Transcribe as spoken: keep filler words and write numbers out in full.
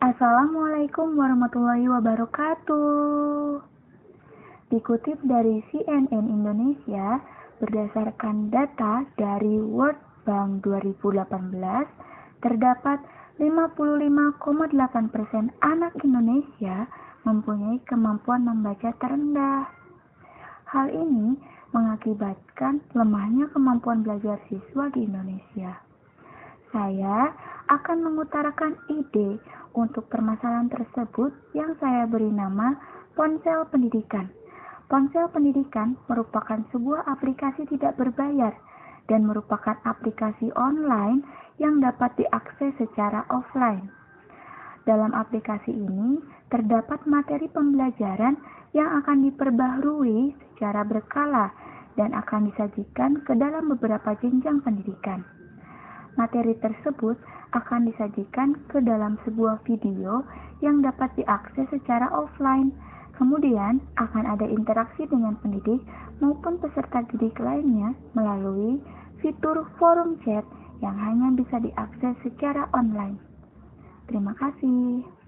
Assalamualaikum warahmatullahi wabarakatuh. Dikutip dari C N N Indonesia, berdasarkan data dari World Bank dua ribu delapan belas, terdapat lima puluh lima koma delapan persen anak Indonesia mempunyai kemampuan membaca terendah. Hal ini mengakibatkan lemahnya kemampuan belajar siswa di Indonesia. Saya akan mengutarakan ide untuk permasalahan tersebut yang saya beri nama Ponsel Pendidikan. Ponsel Pendidikan merupakan sebuah aplikasi tidak berbayar dan merupakan aplikasi online yang dapat diakses secara offline. Dalam aplikasi ini terdapat materi pembelajaran yang akan diperbaharui secara berkala dan akan disajikan ke dalam beberapa jenjang pendidikan. Materi tersebut akan disajikan ke dalam sebuah video yang dapat diakses secara offline. Kemudian akan ada interaksi dengan pendidik maupun peserta didik lainnya melalui fitur forum chat yang hanya bisa diakses secara online. Terima kasih.